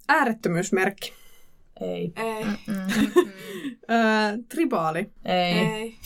Äärettömyysmerkki. Ei. Ei. Tribaali. Ei.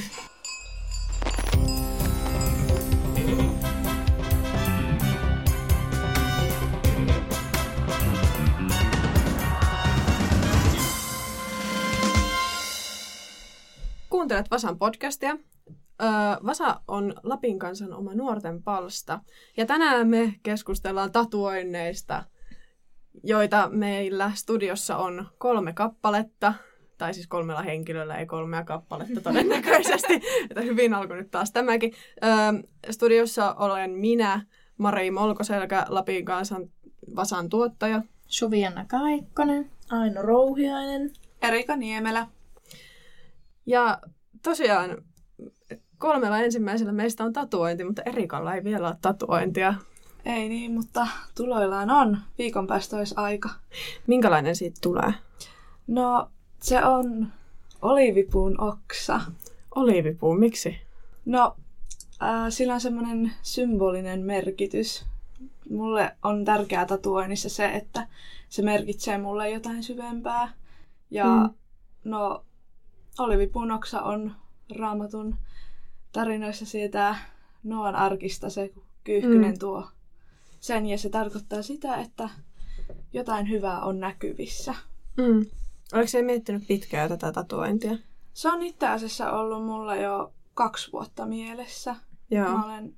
Kuuntelet Vasan podcastia. Vasa on Lapin kansan oma nuorten palsta. Ja tänään me keskustellaan tatuoinneista, joita meillä studiossa on 3 kappaletta. Tai siis 3 henkilöllä, ei 3 kappaletta todennäköisesti. Että hyvin alkoi nyt taas tämäkin. Studiossa olen minä, Mari Molkoselkä, Lapin kansan Vasan tuottaja. Suvi-Anna Kaikkonen. Aino Rouhiainen. Erika Niemelä. Ja tosiaan 3 ensimmäisellä meistä on tatuointi, mutta Erikalla ei vielä ole tatuointia. Ei niin, mutta tuloillaan on. Viikon päästä olisi aika. Minkälainen siitä tulee? No, se on oliivipuun oksa. Oliivipuu, miksi? No, sillä on semmoinen symbolinen merkitys. Mulle on tärkeää tatuoinnissa se, että se merkitsee mulle jotain syvempää. Ja no, oliivipuun oksa on Raamatun tarinoissa siitä Noan arkista se kyyhkynen tuo sen. Ja se tarkoittaa sitä, että jotain hyvää on näkyvissä. Oletko se miettinyt pitkään tätä tatuointia? Se on itse asiassa ollut mulla jo 2 vuotta mielessä. Joo. Mä olen,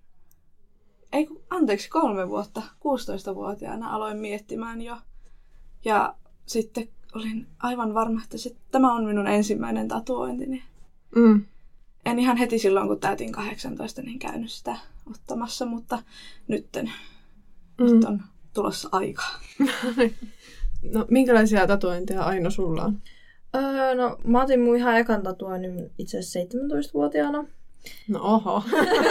3 vuotta, 16-vuotiaana aloin miettimään jo. Ja sitten olin aivan varma, että tämä on minun ensimmäinen tatuointini. En ihan heti silloin, kun täytin 18, niin käynyt sitä ottamassa, mutta nyt on tulossa aikaa. No, minkälaisia tatuointeja Aino sulla on? No, mä otin mun ihan ekan tatuoinnin itse asiassa 17-vuotiaana. No oho.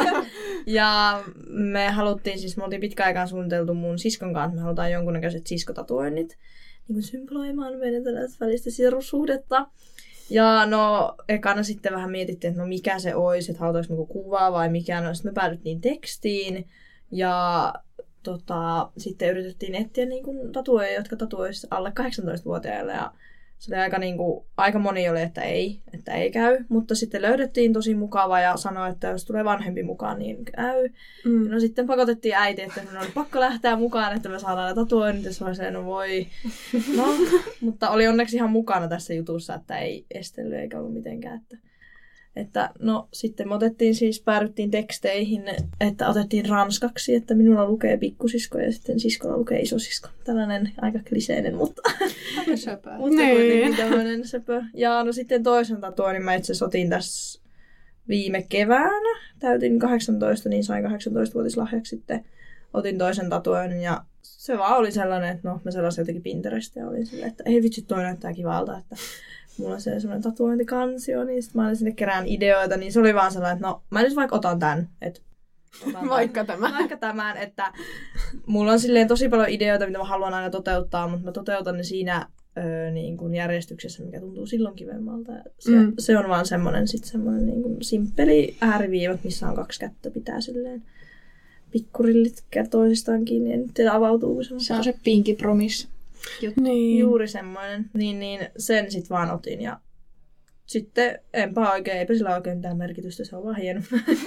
Ja me oltiin pitkään aikaan suunniteltu mun siskon kanssa, me halutaan jonkunnäköiset siskotatuoinnit niin symboloimaan meidän tällaista välistä sisarussuhdetta. Ja no, ekana sitten vähän mietittiin, että no mikä se olisi, että halutaanko niinku kuvaa vai mikä. No sitten me päädyttiin tekstiin ja sitten yritettiin etsiä niinku tatuoja, jotka tatuoisi alle 18-vuotiaille. Ja se oli aika moni oli, että ei käy. Mutta sitten löydettiin tosi mukava ja sanoi, että jos tulee vanhempi mukaan, niin käy. No sitten pakotettiin äiti, että minun oli pakko lähteä mukaan, että me saadaan tatuoinnit. Ja se oli se, no voi. No, mutta oli onneksi ihan mukana tässä jutussa, että ei estellyt eikä ollut mitenkään. Että no sitten me päädyttiin teksteihin, että otettiin ranskaksi, että minulla lukee pikkusisko ja sitten siskolla lukee isosisko. Tällainen aika kliseinen, mutta aika söpö. Mutta kuitenkin tämmöinen söpö. Ja no sitten toisen tatuoinnin mä itse asiassa otin tässä viime keväänä. Täytin 18, niin sain 18-vuotislahjaksi sitten. Otin toisen tatuoinnin ja se vaan oli sellainen, että no mä sellaisin jotenkin Pinterestia ja olin silleen, että ei vitsi, toi näyttää kivalta, että mulla on semmoinen tatuointikansio, niin sitten mä olin sinne kerään ideoita, niin se oli vaan sellainen, että no mä nyt vaikka otan tämän. Vaikka tämän, että mulla on silleen tosi paljon ideoita, mitä mä haluan aina toteuttaa, mutta mä toteutan ne siinä niin kuin järjestyksessä, mikä tuntuu silloin kivemmalta. Se on vaan semmoinen niin kuin simppeli ääriviivat, missä on 2 kättä, pitää silleen pikkurillit toisistaan kiinni ja nyt avautuu. Se on se Pinky Promise. Niin. Juuri semmoinen. Niin sen sit vaan otin ja sitten eipä sillä oikein mitään merkitystä, se on vaan hieno.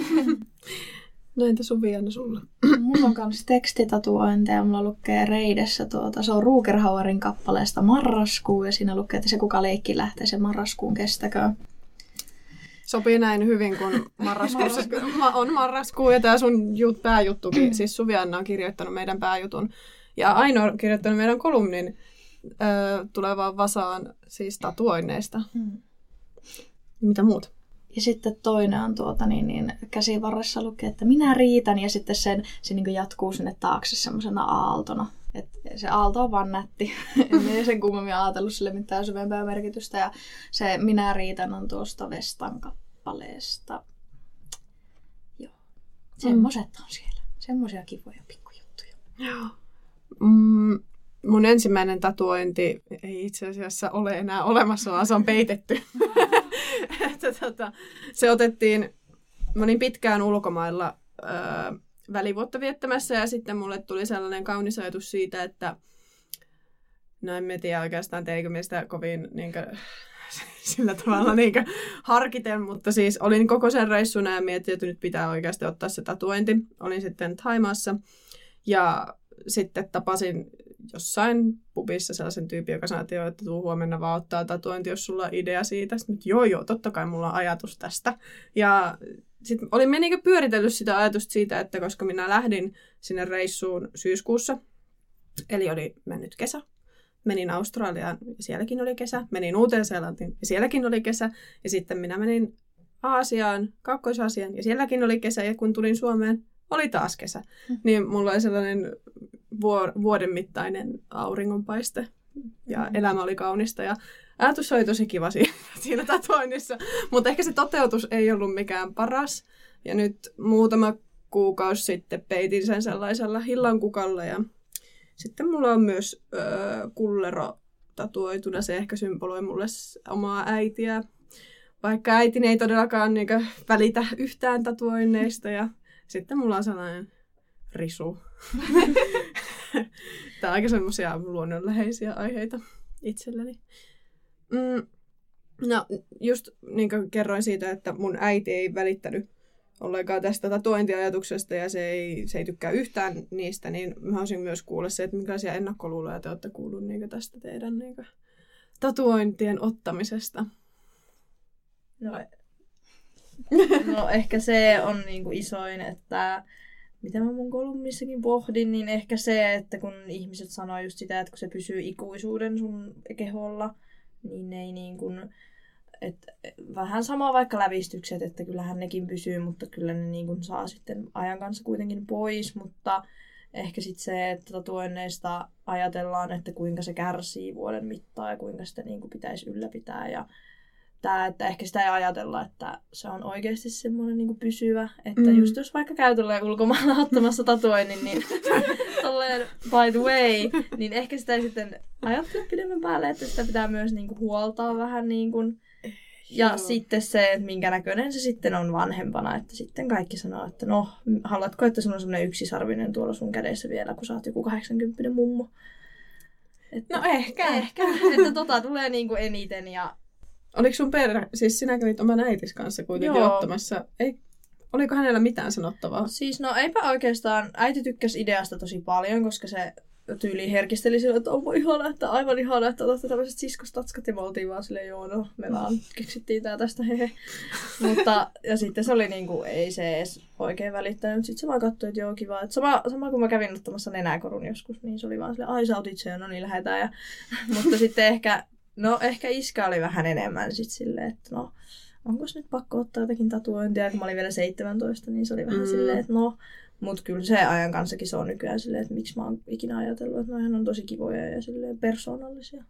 No entä Suvi-Anna sulla? Mulla on kans tekstitatuointeja, mulla lukee reidessä se on Rugerhauerin kappaleesta Marraskuu ja siinä lukee, että se kuka leikki lähtee se marraskuun kestäköön. Sopii näin hyvin, kun marraskuussa on marraskuu ja tää sun pääjuttukin, siis Suvi-Anna on kirjoittanut meidän pääjutun. Ja Aino on kirjoittanut meidän kolumnin tulevaan Vasaan siis tatuoinneista. Mitä muut? Ja sitten toinen on käsivarressa lukee, että minä riitän ja sitten se niin kuin jatkuu sinne taakse semmoisena aaltona. Et se aalto on vaan nätti. En sen kummemmin ajatellut sille mitään syvempää merkitystä. Ja se minä riitän on tuosta Vestan kappaleesta. Joo. Semmoiset on siellä. Semmoisia kivoja pikkujuttuja. Joo. Mun ensimmäinen tatuointi ei itse asiassa ole enää olemassa, vaan se on peitetty. Se otettiin, mä olin pitkään ulkomailla välivuotta viettämässä ja sitten mulle tuli sellainen kaunis ajatus siitä, että No en tiedä oikeastaan, teikö minä sitä kovin sillä tavalla harkiten, mutta siis olin koko sen reissuna ja mietin, että nyt pitää oikeasti ottaa se tatuointi. Olin sitten Thaimaassa ja sitten tapasin jossain pubissa sellaisen tyypin, joka sanoi, että tuu huomenna vaan ottaa tatuointi, jos sulla on idea siitä. Sitten joo, totta kai mulla on ajatus tästä. Ja sitten olin pyöritellyt sitä ajatusta siitä, että koska minä lähdin sinne reissuun syyskuussa, eli oli mennyt kesä, menin Australiaan ja sielläkin oli kesä, menin Uuteen-Seelantiin ja sielläkin oli kesä, ja sitten minä menin Aasiaan, Kaakkois-Aasiaan ja sielläkin oli kesä, ja kun tulin Suomeen, oli taas kesä. Niin mulla oli sellainen vuoden mittainen auringonpaiste ja elämä oli kaunista ja ajatus oli tosi kiva siinä tatuoinnissa, mutta ehkä se toteutus ei ollut mikään paras. Ja nyt muutama kuukausi sitten peitin sen sellaisella hillankukalla ja sitten mulla on myös kullero tatuoituna. Se ehkä symboloi mulle omaa äitiä, vaikka äitini ei todellakaan välitä yhtään tatuoinneista ja sitten mulla on sellainen risu. Tää on aika semmoisia luonnonläheisiä aiheita itselleni. No, just niin kuin kerroin siitä, että mun äiti ei välittänyt ollenkaan tästä tatuointiajatuksesta ja se ei tykkää yhtään niistä, niin mä haluaisin myös kuulla se, että minkälaisia ennakkoluuloja te olette kuullut niin tästä teidän tatuointien ottamisesta. No ehkä se on isoin, että mitä mä mun kolumnissakin pohdin, niin ehkä se, että kun ihmiset sanoo just sitä, että kun se pysyy ikuisuuden sun keholla, niin ne ei että vähän sama vaikka lävistykset, että kyllähän nekin pysyy, mutta kyllä ne saa sitten ajan kanssa kuitenkin pois, mutta ehkä sitten se, että tatuoinneista ajatellaan, että kuinka se kärsii vuoden mittaan ja kuinka sitä pitäisi ylläpitää ja että ehkä sitä ei ajatella, että se on oikeasti semmoinen pysyvä, että just jos vaikka käy ulkomailla ottamassa tatuoinnin, niin tolleen by the way, niin ehkä sitä ei sitten ajattele pidemmän päälle, että sitä pitää myös huoltaa vähän ja sitten se, että minkä näköinen se sitten on vanhempana, että sitten kaikki sanoo, että no, haluatko, että sulla on semmoinen yksisarvinen tuolla sun kädessä vielä, kun sä oot joku 80 mummo. Että, no ehkä. Että tulee eniten ja oliko sun perhe, siis sinä kävit oman äitis kanssa kuitenkin ottamassa, oliko hänellä mitään sanottavaa? Siis no eipä oikeastaan, äiti tykkäsi ideasta tosi paljon, koska se tyyliin herkisteli sillä, että onpa ihana, että aivan ihana, että otatte tämmöiset siskostatskat ja me oltiin vaan silleen, joo no, me vaan keksittiin tää tästä, hehe. Mutta, ja sitten se oli ei se edes oikein välittänyt, sitten se vaan katsoi, että joo kiva, että sama kun mä kävin ottamassa nenäkorun joskus, niin se oli vaan silleen, ai sä oot itse, no niin lähdetään, mutta sitten ehkä iskä oli vähän enemmän sit silleen, että no, onko nyt pakko ottaa jotakin tatuointia, kun mä olin vielä 17, niin se oli vähän silleen, että no, mutta kyllä se ajan kanssakin se on nykyään silleen, että miksi mä oon ikinä ajatellut, että noihän on tosi kivoja ja silleen persoonallisia.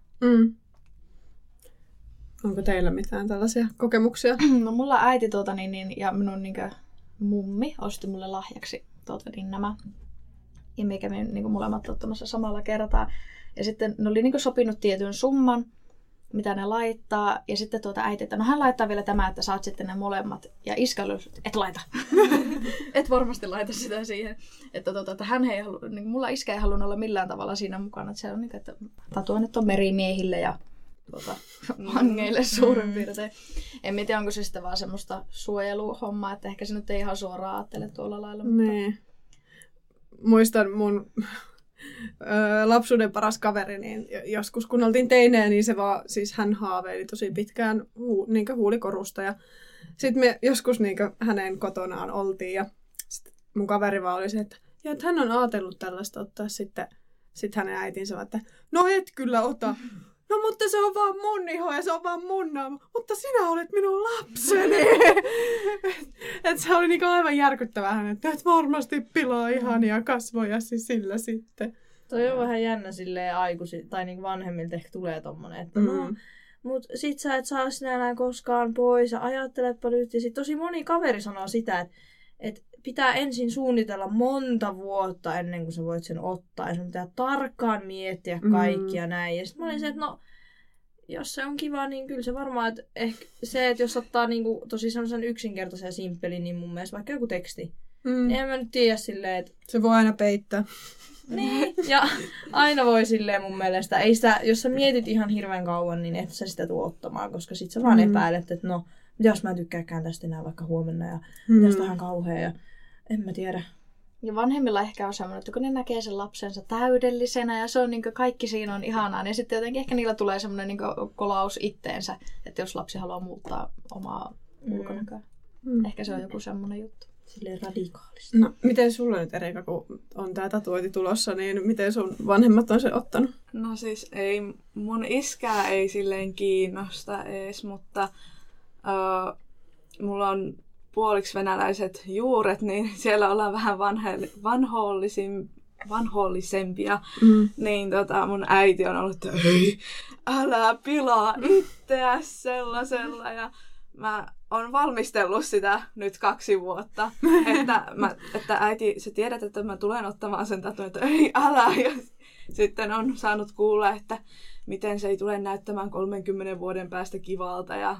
Onko teillä mitään tällaisia kokemuksia? No mulla äiti ja minun mummi osti mulle lahjaksi nämä. Ja me kävin molemmat ottamassa samalla kertaa. Ja sitten ne oli sopinut tietyn summan, mitä ne laittaa. Ja sitten äiti, että no hän laittaa vielä tämä, että saat sitten ne molemmat. Ja iskä oli, et laita. Et varmasti laita sitä siihen. Että hän ei mulla iskä ei halunnut olla millään tavalla siinä mukana. Että se on että tatuoinnit on merimiehille ja vangeille suurin piirtein. En tiedä, onko se sitten vaan semmoista suojeluhommaa, että ehkä se nyt ei ihan suoraan ajattele tuolla lailla. Mutta niin. Muistan mun lapsuuden paras kaveri, niin joskus kun oltiin teinejä, niin se vaan, siis hän haaveili tosi pitkään huulikorusta. Ja sitten me joskus hänen kotonaan oltiin ja mun kaveri vaan oli se, että hän on ajatellut tällaista ottaa sitten hänen äitinsä, että no et kyllä ota. No mutta se on vaan mun iho ja se on vaan mun naama, mutta sinä olet minun lapseni. Et se oli aivan järkyttävää hänen, että et varmasti pilaa ihania kasvojasi sillä sitten. Toi on vähän jännä silleen tai vanhemmilta ehkä tulee tommonen, että no, mut sit sä et saa sinä enää koskaan pois ja ajattelepa nyt. Ja sit tosi moni kaveri sanoo sitä, että pitää ensin suunnitella monta vuotta ennen kuin sä voit sen ottaa. Ja sun pitää tarkkaan miettiä kaikkia näin. Ja sit mä olin se, että no, jos se on kiva, niin kyllä se varmaan, että ehkä se, että jos ottaa tosi sellaisen yksinkertaisen ja simppelin, niin mun mielestä vaikka joku teksti. Niin en mä nyt tiedä silleen, että se voi aina peittää. Niin. Ja aina voi silleen mun mielestä, ei sitä, jos sä mietit ihan hirveän kauan, niin et sä sitä tuu ottamaan, koska sit sä vaan epäilet, että no, jos mä en tykkääkään tästä enää vaikka huomenna ja tästä ihan kauhea ja en mä tiedä. Ja vanhemmilla ehkä on semmoinen, että kun ne näkee sen lapsensa täydellisenä ja se on niin kaikki siinä on ihanaa, niin sitten jotenkin ehkä niillä tulee semmoinen niin kolaus itteensä, että jos lapsi haluaa muuttaa omaa ulkonäköä. Ehkä se on joku semmoinen juttu. Silleen radikaalisti. No, miten sulla nyt, Erika, kun on tää tatuointi tulossa, niin miten sun vanhemmat on sen ottanut? No siis ei, mun iskää ei silleen kiinnosta ees, mutta mulla on puoliksi venäläiset juuret, niin siellä ollaan vähän vanhoollisempia. Niin mun äiti on ollut, että ei, älä pilaa itseäsi sellaisella. Ja mä oon valmistellut sitä nyt 2 vuotta. että äiti, sä tiedät, että mä tulen ottamaan sen tatuun, että ei, älä. Ja sitten on saanut kuulla, että miten se ei tule näyttämään 30 vuoden päästä kivalta ja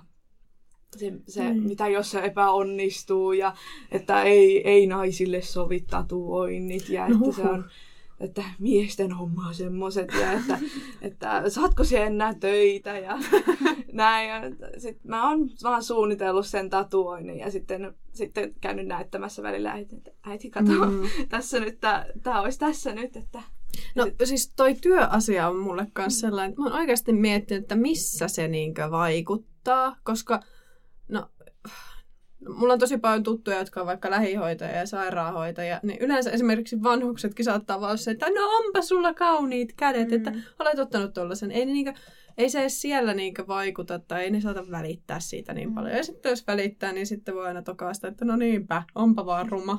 se mitä jos se epäonnistuu ja että ei naisille sovi tatuoinnit ja että se on että miesten homma on semmoset ja että saatko siellä enää töitä ja näin. Ja sit mä oon vaan suunnitellut sen tatuoinnin ja sitten käynyt näyttämässä välillä äiti kato, tässä nyt, tää olisi tässä nyt, että no siis toi työasia on mulle kanssa sellainen, että mä oon oikeasti miettinyt, että missä se niinkö vaikuttaa, koska no, mulla on tosi paljon tuttuja, jotka on vaikka lähihoitajia ja sairaanhoitajia, niin yleensä esimerkiksi vanhuksetkin saattaa vaan se, että no onpa sulla kauniit kädet, että olet ottanut tollasen. Ei se edes siellä niinkö vaikuta tai ei ne saata välittää siitä niin paljon. Ja sitten jos välittää, niin sitten voi aina tokaista, että no niinpä, onpa vaan ruma.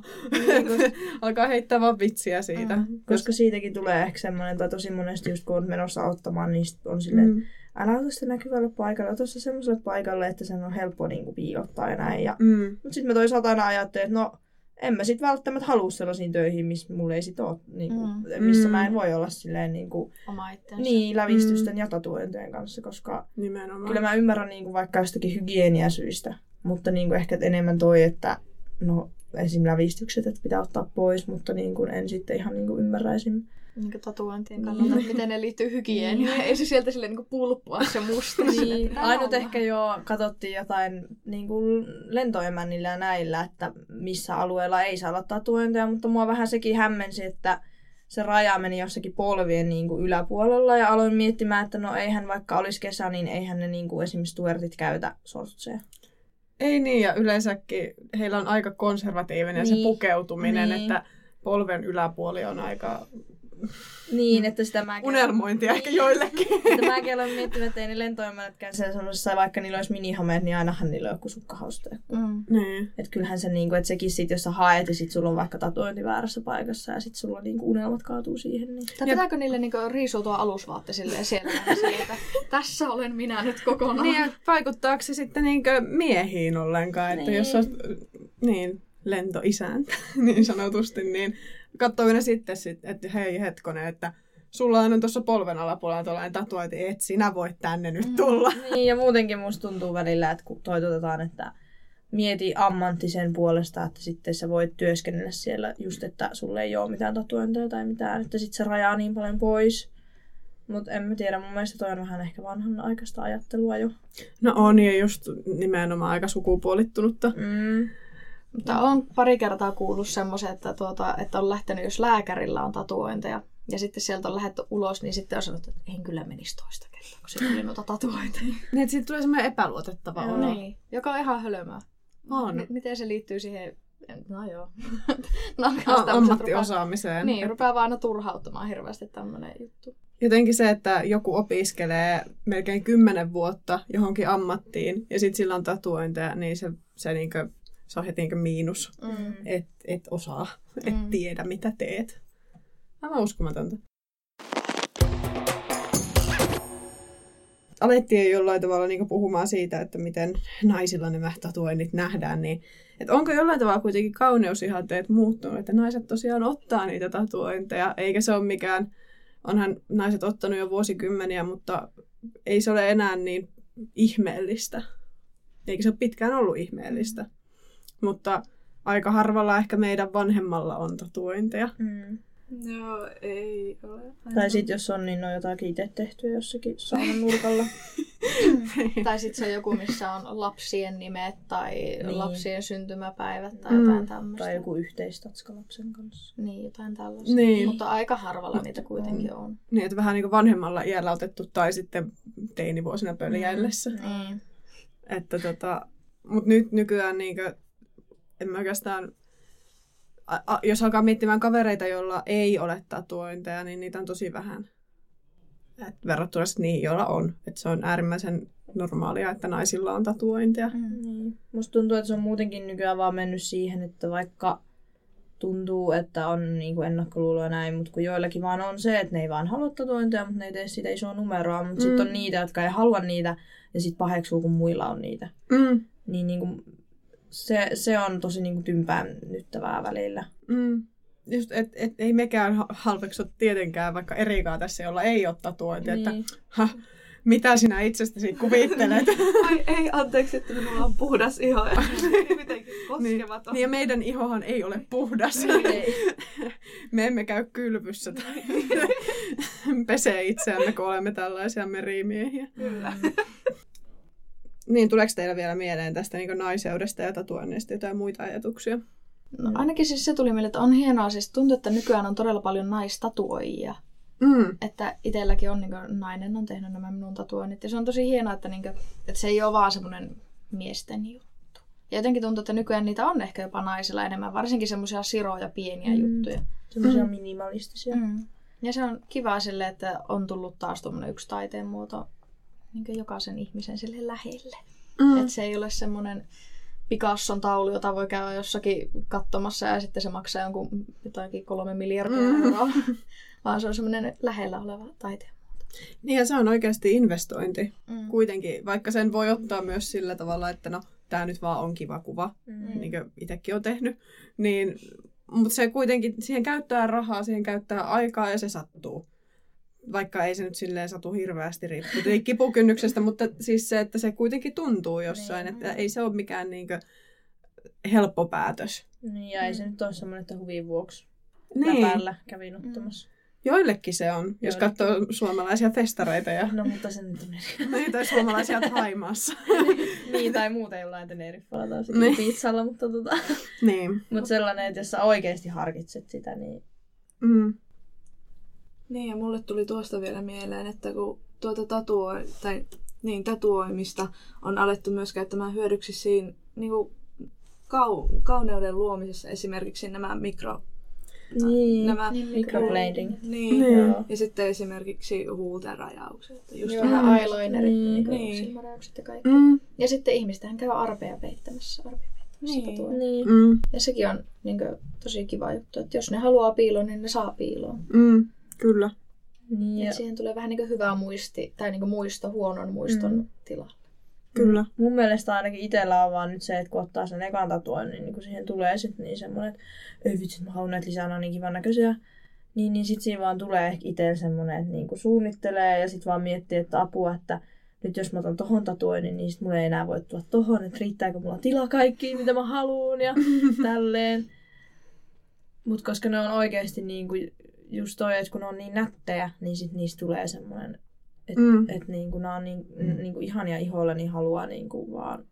Alkaa heittää vaan vitsiä siitä. Koska siitäkin tulee ehkä semmoinen, tai tosi monesti just kun on menossa auttamaan, niin on silleen, älä ota sitä näkyvälle paikalle, ota se semmoiselle paikalle, että sen on helppo niinku piilottaa ja näin. Mutta sitten mä toisaalta aina ajattelin, että no en mä sit välttämättä halua sellaisiin töihin, missä mulla ei sit ole, niinku, missä mä en voi olla silleen niinku, lävistysten ja tatuointien kanssa, koska nimenomaan. Kyllä mä ymmärrän niinku, vaikka jostakin hygieniasyistä, mutta niinku, ehkä enemmän toi, että no esim. Lävistykset, että pitää ottaa pois, mutta niinku, en sitten ihan niinku, ymmärräisin. Niin tatuointien kannalta, miten ne liittyy hygieniaan. Ei se sieltä silleen niin pulppua se musta. Niin. Ainut ehkä jo katsottiin jotain niin lentoemännillä ja näillä, että missä alueella ei saa olla tatuointeja, mutta mua vähän sekin hämmensi, että se raja meni jossakin polvien niin kuin yläpuolella ja aloin miettimään, että no eihän vaikka olisi kesä, niin eihän ne niin kuin esimerkiksi stuertit käytä sortseja. Ei niin, ja yleensäkin heillä on aika konservatiivinen se pukeutuminen, että polven yläpuoli on aika niin, että sitä mäkin unelmointia ehkä joillekin. Että mäkin olen miettinyt, että ei ne lentoimännätkään sellaisessa, vaikka niillä olisi minihameet, niin ainahan niillä on joku sukkahausta. Että kyllähän se, niinku, että sekin sit, jos sä haet ja sit sulla on vaikka tatuointi väärässä paikassa ja sit sulla niinku unelmat kaatuu siihen. Niin. Tai pitääkö niille niinku riisuutua alusvaatte silleen siellä että tässä olen minä nyt kokonaan. Niin, vaikuttaako se sitten niinku miehiin ollenkaan, että jos olet lentoisäntä niin sanotusti, niin katsoiko ne sitten, että hei hetkonen, että sulla on tuossa polven alapuolella tuollainen tatuointi, et sinä voit tänne nyt tulla. Niin, ja muutenkin musta tuntuu välillä, että kun toitotetaan, että mieti ammanttisen puolesta, että sitten sä voit työskennellä siellä just, että sulle ei ole mitään tatuointeja tai mitään, että sit se rajaa niin paljon pois. Mutta en mä tiedä, mun mielestä toi on vähän ehkä vanhanaikaista ajattelua jo. No on, ja just nimenomaan aika sukupuolittunutta. Mutta olen pari kertaa kuullut semmoisen, että on lähtenyt, jos lääkärillä on tatuointeja, ja sitten sieltä on lähdetty ulos, niin sitten on sanottu, että en kyllä menisi toista kertaa, kun siinä oli noita tatuointeja. Niin, että siitä tulee semmoinen epäluotettava olo. Niin, joka on ihan hölmää. On. Miten se liittyy siihen, no joo. Ammattiosaamiseen. Niin, rupeaa vaan aina turhauttamaan hirveästi tämmöinen juttu. Jotenkin se, että joku opiskelee melkein 10 vuotta johonkin ammattiin, ja sitten sillä on tatuointeja, niin se niinkö se on heti niin miinus, et osaa, et tiedä mitä teet. Aivan uskomatonta. Alettiin jollain tavalla niin puhumaan siitä, että miten naisilla nämä tatuoinnit nähdään, niin että onko jollain tavalla kuitenkin kauneusihanteet muuttunut, että naiset tosiaan ottaa niitä tatuointeja, eikä se ole mikään, onhan naiset ottanut jo vuosikymmeniä, mutta ei se ole enää niin ihmeellistä. Eikä se ole pitkään ollut ihmeellistä. Mutta aika harvalla ehkä meidän vanhemmalla on tatuointeja. Joo, ei ole. Tai sit jos on, niin on jotakin itse tehtyä jossakin saunan nurkalla. Tai sitten se on joku, missä on lapsien nimet tai Niin. lapsien syntymäpäivät tai jotain tämmöistä. Tai joku yhteistatska lapsen kanssa. Niin, jotain tällaista. Niin. Mutta aika harvalla niitä kuitenkin on. Niin, että vähän niin kuin vanhemmalla iällä otettu tai sitten teinivuosina pöljäillessä. Niin. Että mut nyt nykyään niinkö, en mä oikeastaan, jos alkaa miettimään kavereita, joilla ei ole tatuointeja, niin niitä on tosi vähän. Et verrattuna sitten niihin, joilla on. Et se on äärimmäisen normaalia, että naisilla on tatuointeja. Niin. Musta tuntuu, että se on muutenkin nykyään vaan mennyt siihen, että vaikka tuntuu, että on niinku ennakkoluuloja näin, mutta kun joillakin vaan on se, että ne ei vaan halua tatuointeja, mutta ne ei tee siitä isoa numeroa. Mutta sitten on niitä, jotka ei halua niitä ja sitten paheksuu, kun muilla on niitä. Niin niinku, se on tosi niinku tympäännyttävää välillä. Just, et ei mekään halveksu tietenkään, vaikka Erikaa tässä, jolla ei ole tatuointia, Niin. että mitä sinä itsestäsi kuvittelet. Ai ei, anteeksi, että minulla on puhdas iho ja mitenkin koskematon. Niin, ja meidän ihohan ei ole puhdas. Me emme käy kylpyssä tai pesee itseämme, kun olemme tällaisia merimiehiä. Kyllä. Niin, tuleeko teillä vielä mieleen tästä niin naiseudesta ja tatuoinneista jotain muita ajatuksia? No, ainakin siis se tuli mieleen, että on hienoa. Siis tuntuu, että nykyään on todella paljon naistatuoijia. Että itselläkin on, nainen on tehnyt nämä minun tatuoinnit. Ja se on tosi hienoa, että se ei ole vaan semmoinen miesten juttu. Ja jotenkin tuntuu, että nykyään niitä on ehkä jopa naisilla enemmän. Varsinkin semmoisia siroja pieniä juttuja. Semmoisia minimalistisia. Ja se on kiva sille, että on tullut taas tuommoinen yksi taiteen muoto niin jokaisen ihmisen sille lähelle. Että se ei ole semmoinen Picasson taulu, jota voi käydä jossakin katsomassa ja sitten se maksaa jotakin 3 miljardia euroa. Vaan se on semmoinen lähellä oleva taiteen muoto. Niin ja se on oikeasti investointi kuitenkin, vaikka sen voi ottaa myös sillä tavalla, että no tää nyt vaan on kiva kuva, niin kuin itsekin on tehnyt. Niin, mutta se kuitenkin, siihen käyttää rahaa, siihen käyttää aikaa ja se sattuu. Vaikka ei se nyt silleen satu hirveästi riippuu kipukynnyksestä, mutta siis se, että se kuitenkin tuntuu jossain, että ei se ole mikään niinkö helppo päätös. Niin, ja ei se nyt ole semmoinen, että huvin vuoksi Niin. läpällä kävin ottamassa. Joillekin se on, jos katsoo suomalaisia festareita ja No, mutta se nyt on eri. niin, tai suomalaisia Thaimaassa. Niin, tai muuten jollain Tenerifalla taas Niin. pizzalla, mutta Niin. Mutta sellainen, että jos sä oikeasti harkitset sitä, niin Niin, ja mulle tuli tuosta vielä mieleen, että kun tuota tatuoimista on alettu myös käyttämään hyödyksi siinä niin kuin kauneuden luomisessa, esimerkiksi nämä microblading. Niin. Joo. Ja sitten esimerkiksi huulten rajaukset. Just Vähän eyelinerit, Niin. silmärajaukset ja kaikki. Ja sitten ihmistähän käy arpeja peittämässä. Niin. Ja sekin on tosi kiva juttu, että jos ne haluaa piiloon, niin ne saa piiloon. Kyllä. Niin, Et siihen tulee vähän hyvä muisti, tai muisto huonon muiston tilalle. Kyllä. mun mielestä ainakin itsellä on vaan nyt se, että kun ottaa sen ekan tatuoinnin, niin kun siihen tulee sitten niin semmoinen, että ei vitsi, mä haluan näitä lisää, ne on niin kivan näköisiä. Niin sitten siinä vaan tulee ehkä itsellä semmoinen, että niinku suunnittelee ja sitten vaan miettii, että apua, että nyt jos mä otan tohon tatuoinnin, niin sit mulla ei enää voi tulla tohon, että riittääkö mulla tila kaikkiin, mitä mä haluun ja tälleen. Mut koska ne on oikeasti niinku just toi, että kun ne on niin nättejä, niin sit niistä tulee semmoinen, että et niinku ne on niinku ihania iholla, niin haluaa niinku vaan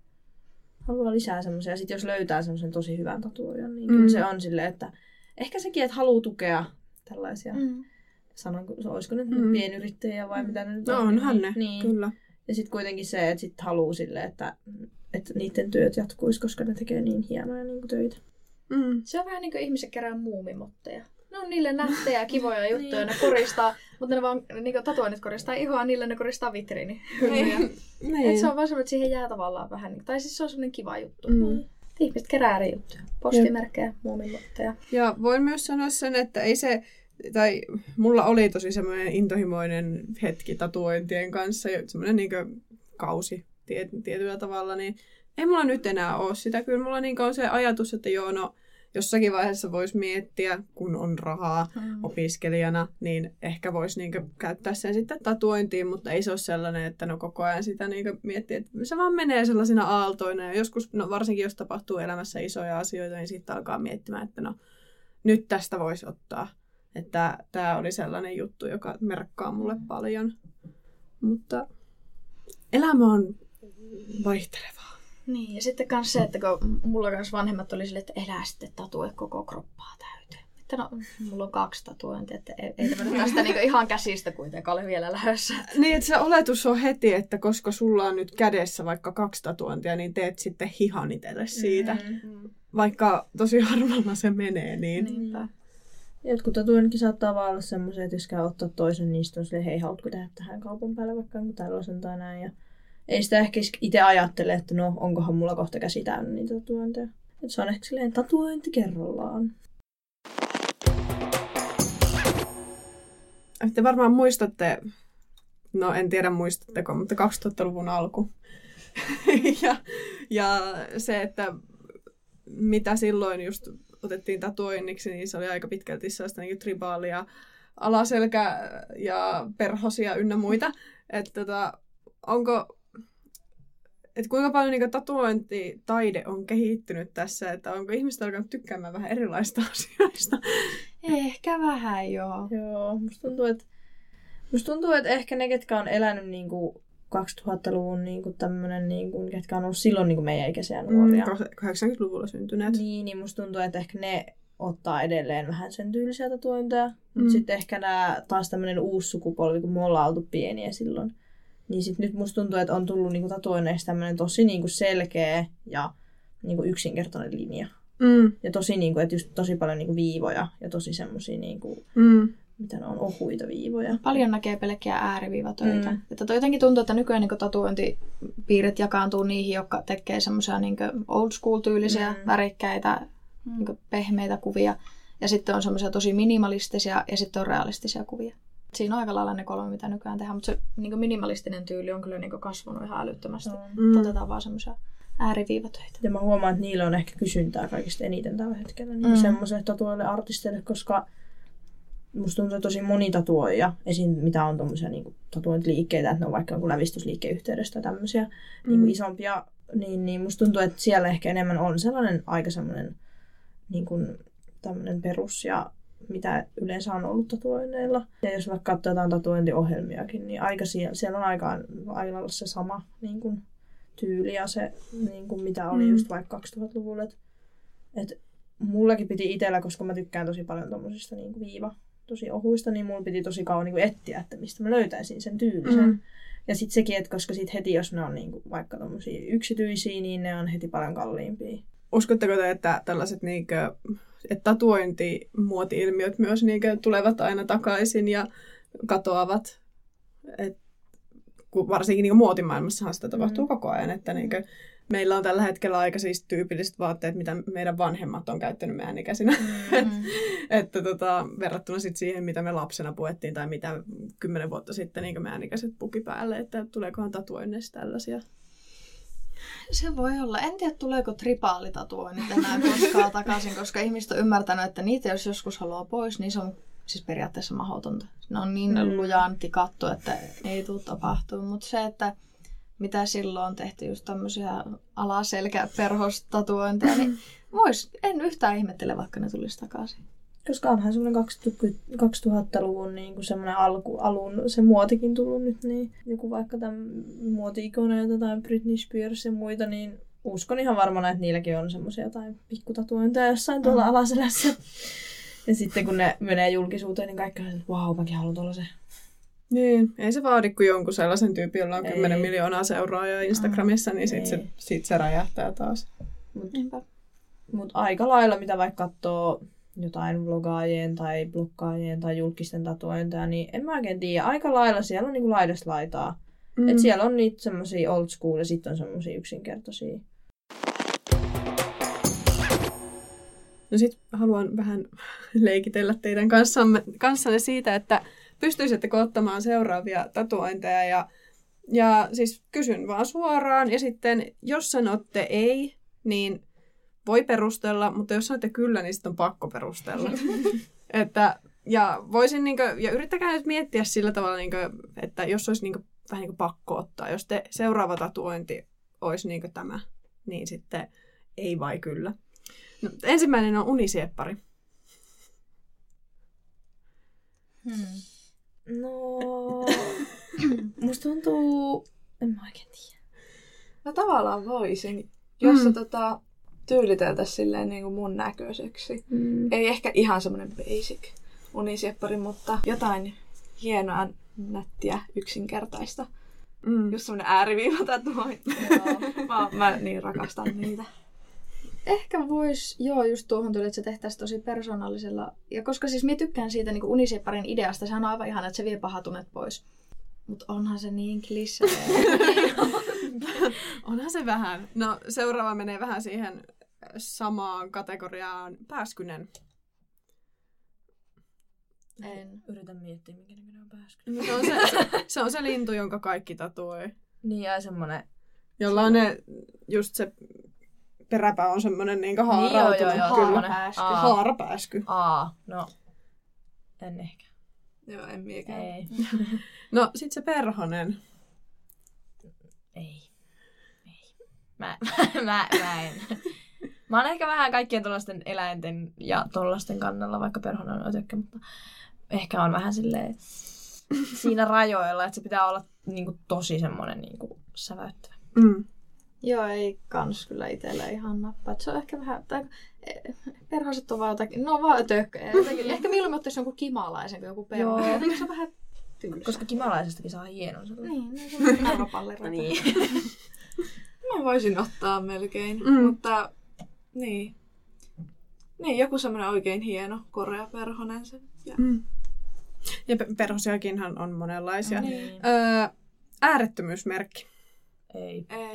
lisää semmoisia. Ja sit jos löytää semmoisen tosi hyvän tatuoijan, niin kyllä se on silleen, että ehkä sekin, että haluaa tukea tällaisia. Sanonko, olisiko nyt pienyrittäjiä vai mitä ne nyt No on. onhan ne, niin. kyllä. Ja sitten kuitenkin se, että sit haluaa silleen, että niiden työt jatkuisi, koska ne tekee niin hienoja niin kuin töitä. Se on vähän niin kuin ihmiset kerää muumimotteja. Ne on niille nättejä, kivoja juttuja, ne koristaa, mutta ne vaan niin tatuoinnit koristaa ihoa, niille ne koristaa vitriini. Niin. Se on vaan semmoinen, että siihen jää tavallaan vähän, tai siis se on semmoinen kiva juttu. Ihmiset kerää eri juttuja, postimerkkejä, muumimotteja. Ja voin myös sanoa sen, että ei se, tai mulla oli tosi semmoinen intohimoinen hetki tatuointien kanssa, semmoinen niinkö kausi tietyllä tavalla, niin ei mulla nyt enää ole sitä. Kyllä mulla niinkö on se ajatus, että joo, no jossakin vaiheessa voisi miettiä, kun on rahaa opiskelijana, niin ehkä voisi niinkö käyttää sen sitten tatuointiin, mutta ei se ole sellainen, että no koko ajan sitä niinkö miettii, että se vaan menee sellaisina aaltoina. Ja joskus, no varsinkin jos tapahtuu elämässä isoja asioita, niin sitten alkaa miettimään, että no nyt tästä voisi ottaa Että tämä oli sellainen juttu, joka merkkaa mulle paljon. Mutta elämä on vaihtelevaa. Niin, ja sitten myös se, että kun mulla kans vanhemmat oli silleen, että elää sitten tatue koko kroppaa täyteen. Että no, mulla on 2 tatuointia, että ei tämä tästä niinku ihan käsistä kuitenkaan ole vielä lähdössä. Niin, että se oletus on heti, että koska sulla on nyt kädessä vaikka 2 tatuointia, niin teet sitten hihan itselle siitä. Vaikka tosi harvalla se menee, niin... Niinpä. Jotkut tatuoinnitkin saattaa vaan olla semmoisia, että jos käy ottaa toisen, niin sitten on silleen, hei, haluatko tehdä tähän kaupan päälle vaikka jonkun tällaisen tai näin. Ja ei sitä ehkä itse ajattele, että no, onkohan mulla kohta käsi täynnä niitä tatuointeja. Että se on ehkä silleen tatuointi kerrallaan. Te varmaan muistatte, no en tiedä muistatteko, mutta 2000-luvun alku. ja se, että mitä silloin just otettiin tatuoinniksi, niin se oli aika pitkälti sellaista niin tribaalia, alaselkä ja perhosia ynnä muita. Että kuinka paljon niin tatuointitaide on kehittynyt tässä, että onko ihmiset alkanut tykkäämään vähän erilaista asioista? Ehkä vähän, joo. Joo, musta tuntuu, että ehkä ne, ketkä on elänyt niinku 2000-luvun niinku tämmönen, niinku, ketkä on ollut silloin niinku meidän ikäisiä nuoria. 80-luvulla syntyneet. Niin musta tuntuu, että ehkä ne ottaa edelleen vähän sen tyylisiä tatuointeja. Mutta sitten ehkä nämä taas tämmönen uusi sukupolvi, kun me ollaan oltu pieniä silloin. Niin sit nyt musta tuntuu, että on tullut niinku tatuoinneista tämmönen tosi niinku selkeä ja niinku yksinkertainen linja. Ja tosi niinku, että just tosi paljon niinku viivoja ja tosi semmosia niinku, mitä ne on, ohuita viivoja. Paljon näkee pelkkiä ääriviivatöitä. Että toi jotenkin tuntuu, että nykyään niinku tatuointipiirit jakaantuu niihin, jotka tekee semmoisia niinku old school tyylisiä, värikkäitä, niinku pehmeitä kuvia. Ja sitten on semmoisia tosi minimalistisia ja sitten on realistisia kuvia. Siinä on aika lailla ne 3, mitä nykyään tehdään, mutta se niinku minimalistinen tyyli on kyllä niinku kasvanut ihan älyttömästi. Otetaan vaan semmoisia ääriviivatöitä. Ja mä huomaan, että niillä on ehkä kysyntää kaikista eniten tällä hetkellä niin semmoisille tatuoille artisteille, koska musta tuntuu, että tosi moni tatuoija, esim. Mitä on tommosia niinku tatuointiliikkeitä, että ne on vaikka jonkun lävistysliikkeen yhteydessä tai tämmöisiä niinku isompia, niin musta tuntuu, että siellä ehkä enemmän on sellainen aika semmoinen niinku tämmöinen perus ja mitä yleensä on ollut tatuoinneilla. Ja jos vaikka katsoo jotain tatuointiohjelmiakin, niin aika siellä on aika lailla se sama niin kuin, tyyli ja se, niin kuin, mitä oli just vaikka 2000-luvulla. Et mullakin piti itsellä, koska mä tykkään tosi paljon tommosista niin kuin tosi ohuista, niin mulla piti tosi kauan niin kuin etsiä, että mistä mä löytäisin sen tyylisen. Ja sitten sekin, että koska sit heti, jos ne on niin kuin, vaikka tommosia yksityisiä, niin ne on heti paljon kalliimpia. Uskotteko te, että tällaiset niinkö, että tatuointimuoti-ilmiöt myös niinkö tulevat aina takaisin ja katoavat? Varsinkin niinkö muotimaailmassahan sitä tapahtuu koko ajan, että niinkö, meillä on tällä hetkellä aika siis tyypilliset vaatteet, mitä meidän vanhemmat on käyttänyt meidän ikäisinä. että verrattuna sit siihen, mitä me lapsena puettiin tai mitä 10 vuotta sitten niinkö meidän ikäiset puki päälle, että tuleekohan tatuoinneista tällaisia? Se voi olla. En tiedä, tuleeko tripaalitatuoinnit enää koskaan takaisin, koska ihmiset on ymmärtänyt, että niitä jos joskus haluaa pois, niin se on siis periaatteessa mahdotonta. Ne on niin lujaan tikattu, että ei tule tapahtumaan. Mutta se, että mitä silloin on tehty just tämmöisiä alaselkäperhostatuointeja, niin en yhtään ihmettele, vaikka ne tulisi takaisin. Koska onhan semmoinen 2000-luvun niin semmoinen alun se muotikin tullut nyt, niin joku vaikka tämän muoti-ikoneita tai Britney Spears ja muita, niin uskon ihan varmana, että niilläkin on semmoisia jotain pikkutatuointeja jossain tuolla alaselässä. Ja sitten kun ne menee julkisuuteen, niin kaikki on, että vau, mäkin haluan tuollaisen. Niin, ei se vaadi kuin jonkun sellaisen tyypin, jolla on 10 miljoonaa seuraajaa Instagramissa, niin sit se räjähtää taas. Mut aika lailla, mitä vaikka katsoo jotain vlogaajien tai bloggaajien tai julkisten tatuointeja, niin en mä oikein tiedä. Aika lailla siellä on niinku laidasta laitaa. Et siellä on niitä semmosia old school ja sitten on semmosia yksinkertaisia. No sit haluan vähän leikitellä teidän kanssanne siitä, että pystyisitte ottamaan seuraavia tatuointeja ja siis kysyn vaan suoraan ja sitten jos sanotte ei, niin voi perustella, mutta jos sanotte kyllä, niin sitten on pakko perustella. Ja yrittäkää nyt miettiä sillä tavalla, että jos olisi vähän pakko ottaa, jos seuraava tatuointi olisi tämä, niin sitten ei vai kyllä. No, ensimmäinen on unisieppari. No, musta tuntuu, en mä oikein tiedä. No tavallaan voisin, jos se tyyliteltäisiin silleen niin kuin mun näköiseksi. Ei ehkä ihan semmoinen basic unisieppari, mutta jotain hienoa, nättiä, yksinkertaista. Just semmoinen ääriviivatatuointi. Mä niin rakastan niitä. Ehkä vois, just tuohon tuli, että se tehtäisiin tosi persoonallisella. Ja koska siis mä tykkään siitä niin unisiepparin ideasta, sehän on aivan ihana, että se vie pahatunet pois. Mutta onhan se niin klisee. Onhan se vähän. No seuraava menee vähän siihen samaan kategoriaan. Pääskynen. En. Yritän miettiä, mikä niminen on No, pääskynen. se on se lintu, jonka kaikki tatuoi. Niin, ja semmonen... Jolla on just se peräpää on semmonen niinku haarautunut. Joo, kyllä. Haarapääsky. Haarapääsky. No. En ehkä. Joo, en miekään. Ei. No sit se perhonen. Ei. Mä en. Mä oon ehkä vähän kaikkien tollasten eläinten ja tollasten kannalla, vaikka perhonen on ötökkä, mutta ehkä on vähän silleen siinä rajoilla, että se pitää olla niinku tosi semmonen niinku säväyttävä. Joo, ei kans kyllä itsellä ihan nappaa. Se on ehkä vähän, perhoset on vaan jotakin, no vaan ötökköjä. Ehkä mieluummin ottaisi jonkun kimalaisen kuin joku perhonen. Se on vähän tylsä. Koska kimalaisestakin saa hienon sellainen. Niin, se on arvapallirata. Niin. Mä voisin ottaa melkein, mutta niin. Niin, joku semmoinen oikein hieno korea perhonen sen. Ja perhosiakinhan on monenlaisia. Niin. Äärettömyysmerkki. Ei. Ei.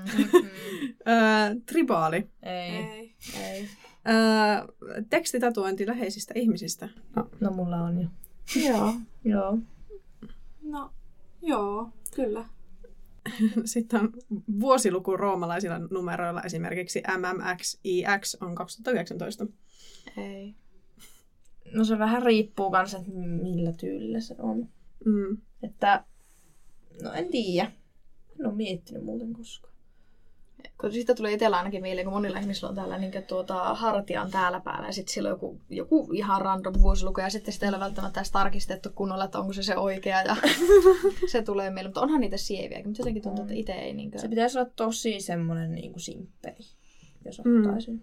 Tribaali. Ei. Tekstitatuointi läheisistä ihmisistä. No mulla on jo. Joo. No, joo, kyllä. Sitten on vuosiluku roomalaisilla numeroilla, esimerkiksi MMXIX on 2019. Ei. No se vähän riippuu kanssa, että millä tyylillä se on. Että, no en tiedä. En ole miettinyt muuten koskaan. Kun siitä tulee itsellä ainakin mieleen, kun monilla ihmisillä on täällä niin hartia on täällä päällä ja sitten siellä on joku ihan random vuosiluku ja sitten sitä ei ole välttämättä edes tarkistettu kunnolla, että onko se oikea ja se tulee mieleen. Mutta onhan niitä sieviäkin, mutta jotenkin tuntuu, että itse ei niinkö... Se pitäisi olla tosi semmoinen niinku simppeli, jos ottaisin.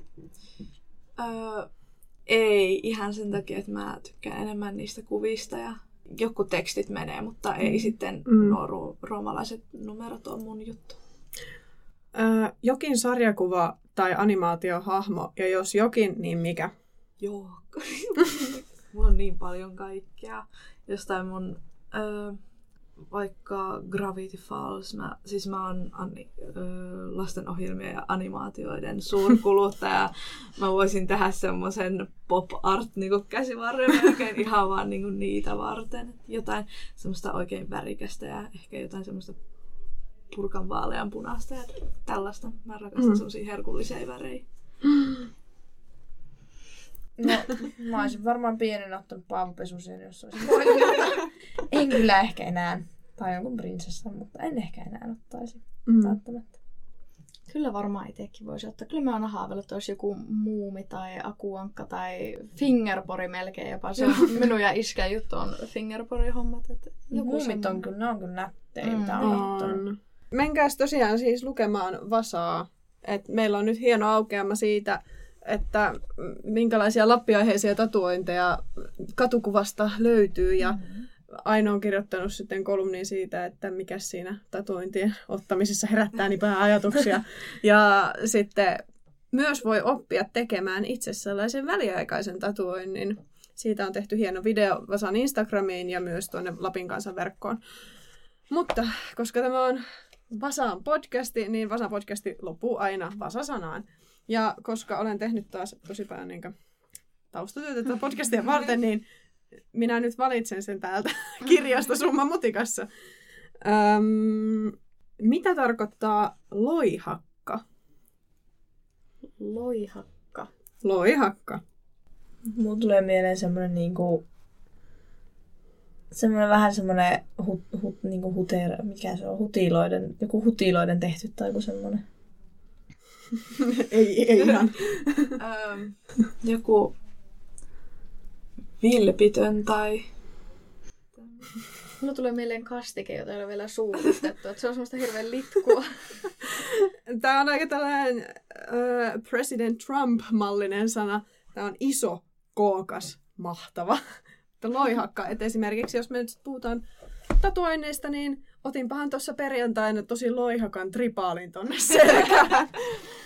Ei, ihan sen takia, että mä tykkään enemmän niistä kuvista ja joku tekstit menee, mutta ei sitten nuo roomalaiset numerot on mun juttu. Jokin sarjakuva tai animaatiohahmo, ja jos jokin, niin mikä? Joo, mulla on niin paljon kaikkea. Jostain mun vaikka Gravity Falls, mä oon lastenohjelmien ja animaatioiden suurkuluttaja. Mä voisin tehdä semmoisen pop art niinku käsivarren melkein ihan vaan niinku niitä varten. Jotain semmoista oikein värikästä ja ehkä jotain semmoista purkan vaalean punaista ja tällaista. Mä rakastan semmosia herkullisia värejä. No, mä olisin varmaan pienen ottanut paavupesusen, jos olisin voinut. En kyllä ehkä enää. Tai jonkun prinsessan, mutta en ehkä enää ottaisi. Välttämättä. Kyllä varmaan itsekin voisi ottaa. Kyllä mä aina haaveillut, että olisi joku muumi tai akuankka tai fingerpori melkein jopa. Se on minun ja iskän juttu on fingerpori-hommat. Muumit on kyllä, ne on kyllä nättejä, mitä on. Menkääs tosiaan siis lukemaan Vasaa. Et meillä on nyt hieno aukeama siitä, että minkälaisia lappiaiheisia tatuointeja katukuvasta löytyy. Ja Aino on kirjoittanut sitten kolumnin siitä, että mikä siinä tatuointien ottamisessa herättää niin vähän ajatuksia. Ja sitten myös voi oppia tekemään itse sellaisen väliaikaisen tatuoinnin. Siitä on tehty hieno video Vasan Instagramiin ja myös tuonne Lapin kansan verkkoon. Mutta koska tämä on Vasan podcasti, niin Vasan podcasti loppuu aina Vasa-sanaan. Ja koska olen tehnyt taas tosi paljon taustatyötä tätä podcastia varten, niin minä nyt valitsen sen täältä kirjasta Summan mutikassa. Mitä tarkoittaa loihakka? Loihakka. Loihakka. Mulla tulee mieleen semmoinen niinku... Semmoinen vähän semmoinen niinku mikä se on? Joku hutiloiden tehty tai joku semmoinen. ei ihan. Joku vilpitön tai... Mulla tulee mieleen kastike, jota ei ole vielä suunnistettu. Se on semmoista hirveän litkua. Tämä on aika tällainen President Trump-mallinen sana. Tämä on iso, kookas, mahtava. Loihakka. Et esimerkiksi jos me nyt puhutaan tatuoinneista, niin otinpahan tuossa perjantaina tosi loihakan tripaalin tonne selkään.